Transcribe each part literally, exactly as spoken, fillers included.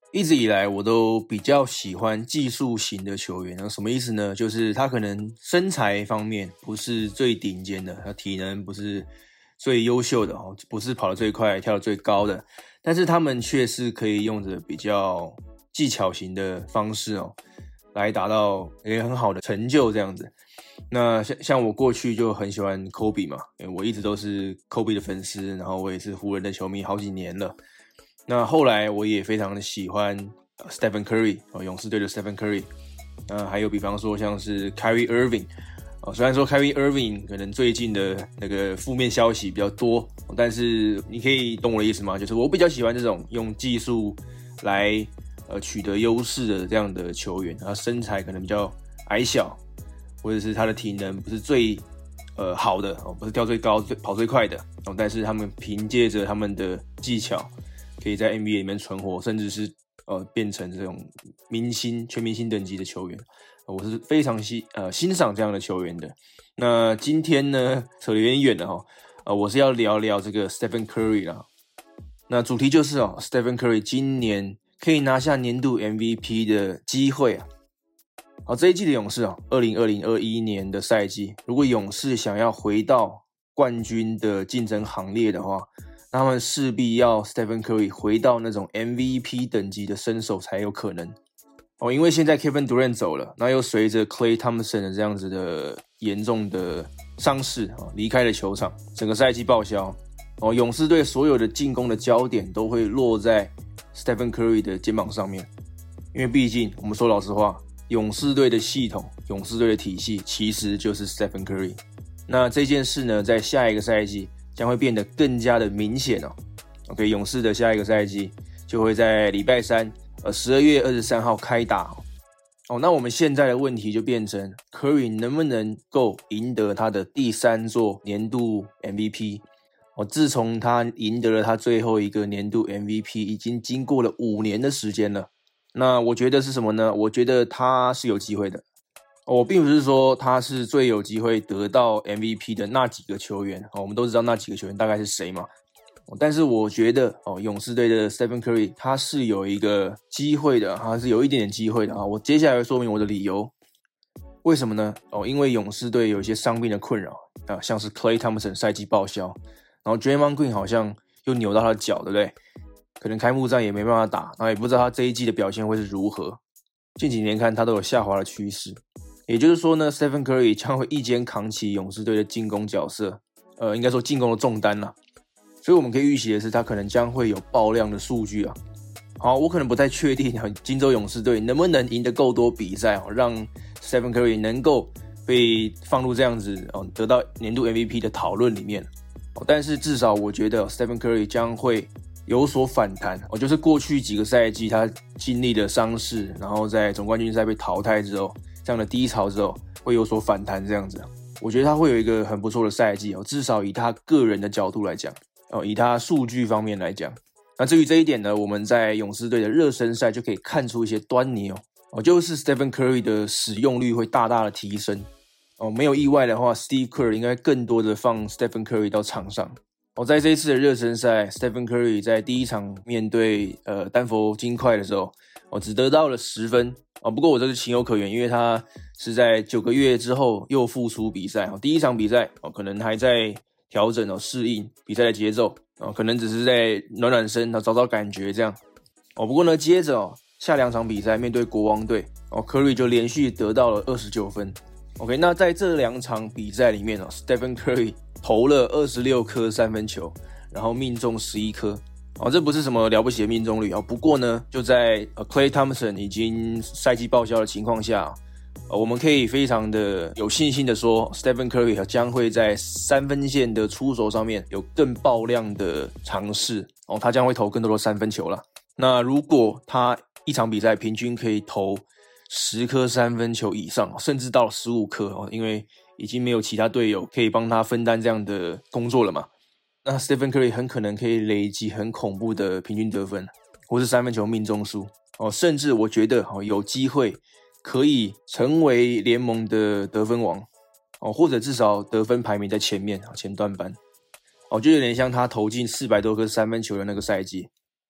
一直以来我都比较喜欢技术型的球员，什么意思呢？就是他可能身材方面不是最顶尖的，他体能不是最优秀的，不是跑得最快跳得最高的，但是他们却是可以用着比较技巧型的方式哦，来达到一个很好的成就这样子。那像像我过去就很喜欢 Kobe 嘛，我一直都是 Kobe 的粉丝，然后我也是湖人的球迷好几年了。那后来我也非常的喜欢 Stephen Curry 勇士队的 Stephen Curry， 那还有比方说像是 Kyrie Irving， 虽然说 Kyrie Irving 可能最近的那个负面消息比较多，但是你可以懂我的意思吗？就是我比较喜欢这种用技术来呃取得优势的这样的球员，他身材可能比较矮小，或者是他的体能不是最呃好的，不是跳最高最跑最快的，但是他们凭借着他们的技巧可以在 N B A 里面存活，甚至是呃变成这种明星全明星等级的球员，我是非常欣呃欣赏这样的球员的。那今天呢扯得有点远了哈，呃我是要聊聊这个 Stephen Curry 啦。那主题就是哦 Stephen Curry 今年可以拿下年度 M V P 的机会啊。好，这一季的勇士啊 ,二零二零二一 年的赛季，如果勇士想要回到冠军的竞争行列的话，那他们势必要 Stephen Curry 回到那种 M V P 等级的身手才有可能哦，因为现在 Kevin Durant 走了，那又随着 Klay Thompson 的这样子的严重的伤势哦离开了球场，整个赛季报销哦，勇士队所有的进攻的焦点都会落在 Stephen Curry 的肩膀上面，因为毕竟我们说老实话，勇士队的系统，勇士队的体系其实就是 Stephen Curry。那这件事呢，在下一个赛季将会变得更加的明显哦。OK， 勇士的下一个赛季就会在礼拜三，呃，十二月二十三号开打哦。哦，那我们现在的问题就变成 Curry 能不能够赢得他的第三座年度 M V P？ 哦，自从他赢得了他最后一个年度 M V P， 已经经过了五年的时间了。那我觉得是什么呢？我觉得他是有机会的。我并不是说他是最有机会得到 M V P 的那几个球员，我们都知道那几个球员大概是谁嘛。但是我觉得勇士队的 Stephen Curry 他是有一个机会的，他是有一点点机会的。我接下来会说明我的理由。为什么呢？因为勇士队有一些伤病的困扰，像是 Klay Thompson 赛季报销，然后 Draymond Green 好像又扭到他的脚，对不对？可能开幕战也没办法打，然后也不知道他这一季的表现会是如何。近几年看他都有下滑的趋势。也就是说呢 Stephen Curry 将会一肩扛起勇士队的进攻角色，呃，应该说进攻的重担啦。所以我们可以预期的是，他可能将会有爆量的数据啊。好，我可能不太确定金州勇士队能不能赢得够多比赛，让 Stephen Curry 能够被放入这样子得到年度 M V P 的讨论里面。但是至少我觉得 Stephen Curry 将会有所反弹，就是过去几个赛季他经历了伤势，然后在总冠军赛被淘汰之后，这样的低潮之后会有所反弹这样子。我觉得他会有一个很不错的赛季，至少以他个人的角度来讲，以他数据方面来讲。那至于这一点呢，我们在勇士队的热身赛就可以看出一些端倪哦，就是 Stephen Curry 的使用率会大大的提升哦，没有意外的话 Steve Kerr 应该更多的放 Stephen Curry 到场上哦。在这一次的热身赛 Stephen Curry 在第一场面对呃丹佛金块的时候哦，只得到了十分哦，不过我这是情有可原，因为他是在九个月之后又复出比赛哦，第一场比赛哦可能还在调整哦适应比赛的节奏哦，可能只是在暖暖身找找感觉这样哦。不过呢，接着哦下两场比赛面对国王队哦 Curry 就连续得到了二十九分。OK， 那在这两场比赛里面哦 Stephen Curry 投了二十六颗三分球，然后命中十一颗哦，这不是什么了不起的命中率哦。不过呢，就在 Klay Thompson 已经赛季报销的情况下，我们可以非常的有信心的说 Stephen Curry 将会在三分线的出手上面有更爆量的尝试哦，他将会投更多的三分球啦。那如果他一场比赛平均可以投十颗三分球以上，甚至到十五颗哦，因为已经没有其他队友可以帮他分担这样的工作了嘛。那 Stephen Curry 很可能可以累积很恐怖的平均得分或是三分球命中数哦，甚至我觉得哦有机会可以成为联盟的得分王哦，或者至少得分排名在前面前段班哦，就有点像他投进四百多颗三分球的那个赛季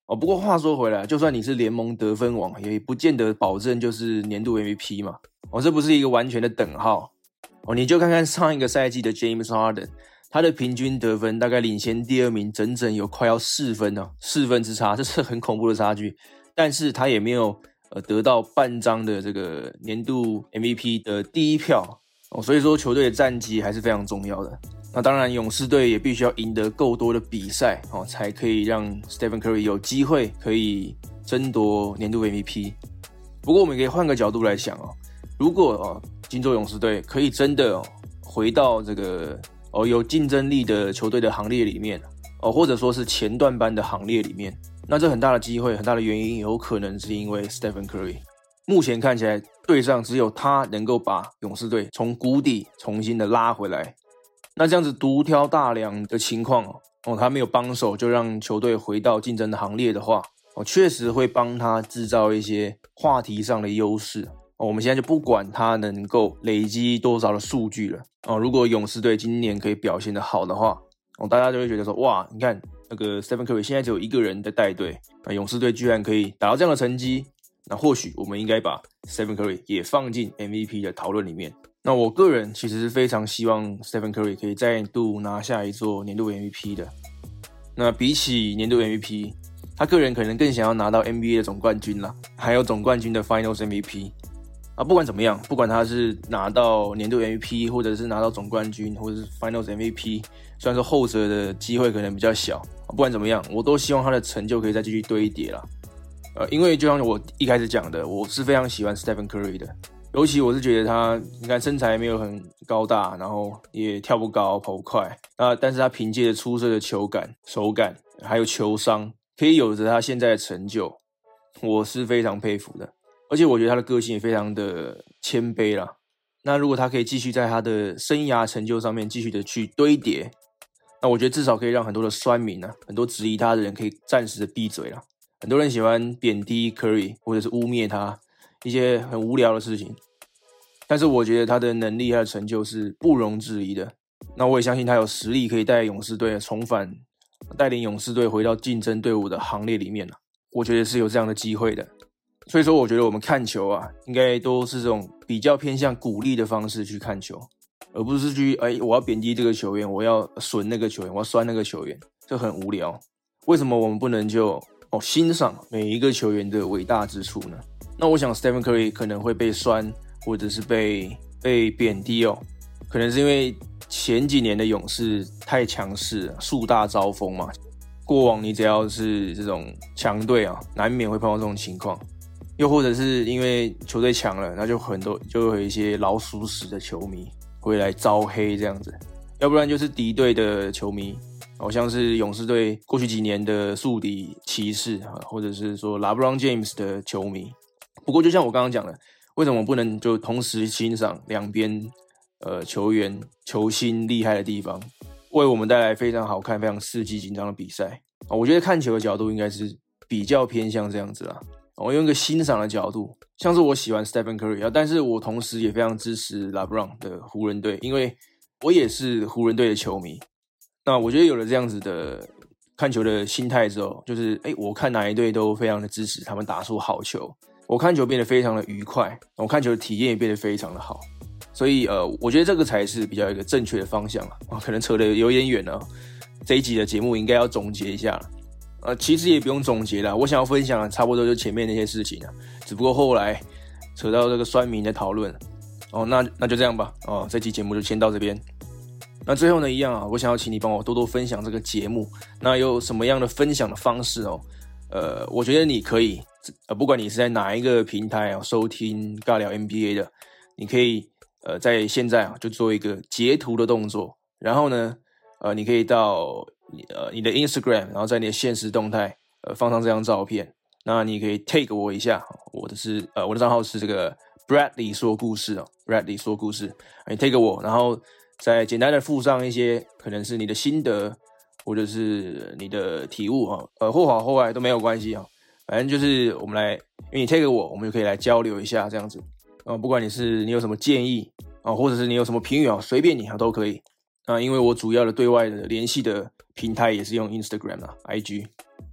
哦，不过话说回来，就算你是联盟得分王，也不见得保证就是年度 M V P 嘛。哦，这不是一个完全的等号。哦，你就看看上一个赛季的 James Harden， 他的平均得分大概领先第二名整整有快要四分哦，四分之差，这是很恐怖的差距。但是他也没有呃得到半张的这个年度 M V P 的第一票哦，所以说球队的战绩还是非常重要的。那当然，勇士队也必须要赢得够多的比赛哦，才可以让 Stephen Curry 有机会可以争夺年度 M V P。不过我们可以换个角度来想哦，如果哦金州勇士队可以真的、哦、回到这个哦有竞争力的球队的行列里面哦，或者说是前段班的行列里面，那这很大的机会，很大的原因有可能是因为 Stephen Curry。目前看起来队上只有他能够把勇士队从谷底重新的拉回来。那这样子独挑大梁的情况哦，哦他没有帮手就让球队回到竞争的行列的话，哦确实会帮他制造一些话题上的优势。哦，我们现在就不管他能够累积多少的数据了。哦，如果勇士队今年可以表现得好的话，哦大家就会觉得说，哇，你看那个 Stephen Curry 现在只有一个人在带队，那勇士队居然可以达到这样的成绩，那或许我们应该把 Stephen Curry 也放进 M V P 的讨论里面。那我个人其实是非常希望 Stephen Curry 可以再度拿下一座年度 M V P 的。那比起年度 M V P， 他个人可能更想要拿到 N B A 的总冠军啦，还有总冠军的 Finals M V P。啊，不管怎么样，不管他是拿到年度 M V P， 或者是拿到总冠军，或者是 Finals M V P， 虽然说后者的机会可能比较小，啊，不管怎么样，我都希望他的成就可以再继续堆叠啦。呃，因为就像我一开始讲的，我是非常喜欢 Stephen Curry 的。尤其我是觉得他，你看身材没有很高大，然后也跳不高、跑不快，那但是他凭借着出色的球感、手感，还有球商，可以有着他现在的成就，我是非常佩服的。而且我觉得他的个性也非常的谦卑啦。那如果他可以继续在他的生涯成就上面继续的去堆叠，那我觉得至少可以让很多的酸民啊，很多质疑他的人可以暂时的闭嘴啦。很多人喜欢贬低 Curry 或者是污蔑他一些很无聊的事情，但是我觉得他的能力、他的成就是不容置疑的。那我也相信他有实力可以带勇士队重返，带领勇士队回到竞争队伍的行列里面了。我觉得是有这样的机会的。所以说，我觉得我们看球啊，应该都是这种比较偏向鼓励的方式去看球，而不是去哎，我要贬低这个球员，我要损那个球员，我要酸那个球员，这很无聊。为什么我们不能就哦欣赏每一个球员的伟大之处呢？那我想 Stephen Curry 可能会被酸，或者是被被贬低哦，可能是因为前几年的勇士太强势，树大招风嘛。过往你只要是这种强队啊，难免会碰到这种情况。又或者是因为球队强了，那就很多就有一些老鼠屎的球迷会来招黑这样子，要不然就是敌对的球迷，好像是勇士队过去几年的宿敌骑士，或者是说 LeBron James 的球迷。不过就像我刚刚讲的，为什么不能就同时欣赏两边呃球员球星厉害的地方，为我们带来非常好看、非常刺激、紧张的比赛？我觉得看球的角度应该是比较偏向这样子啦。我用一个欣赏的角度，像是我喜欢 Stephen Curry， 但是我同时也非常支持 LeBron 的湖人队，因为我也是湖人队的球迷。那我觉得有了这样子的看球的心态之后，就是诶我看哪一队都非常的支持他们打出好球，我看球变得非常的愉快，我看球的体验也变得非常的好。所以呃，我觉得这个才是比较一个正确的方向啊，可能扯得有点远了。这一集的节目应该要总结一下了。呃，其实也不用总结啦，我想要分享的差不多就前面那些事情啊，只不过后来扯到这个酸民的讨论，哦，那那就这样吧，哦，这期节目就先到这边。那最后呢，一样啊，我想要请你帮我多多分享这个节目。那有什么样的分享的方式哦？呃，我觉得你可以，呃，不管你是在哪一个平台啊收听尬聊 N B A 的，你可以呃在现在啊就做一个截图的动作，然后呢，呃，你可以到你呃你的 Instagram， 然后在你的限时动态呃放上这张照片。那你可以 tag 我一下，我的是呃我的账号是这个 Bradley 说故事哦 ，Bradley 说故事，你 tag 我，然后再简单的附上一些可能是你的心得或者是你的体悟啊，呃或好或坏都没有关系啊，反正就是我们来，因为你 tag 我，我们就可以来交流一下这样子啊，不管你是你有什么建议啊，或者是你有什么评语啊，随便你啊都可以啊，因为我主要的对外的联系的平台也是用 Instagram 啊 I G。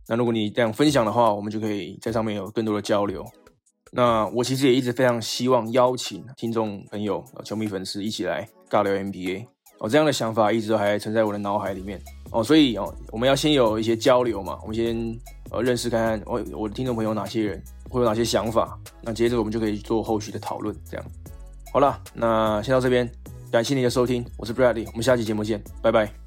那如果你这样分享的话，我们就可以在上面有更多的交流。那我其实也一直非常希望邀请听众朋友、球迷粉丝一起来尬聊 N B A 哦，这样的想法一直都还存在我的脑海里面哦，所以哦，我们要先有一些交流嘛，我们先呃认识看看我我的听众朋友哪些人会有哪些想法，那接着我们就可以做后续的讨论。这样，好啦，那先到这边，感谢你的收听，我是 Bradley， 我们下期节目见，拜拜。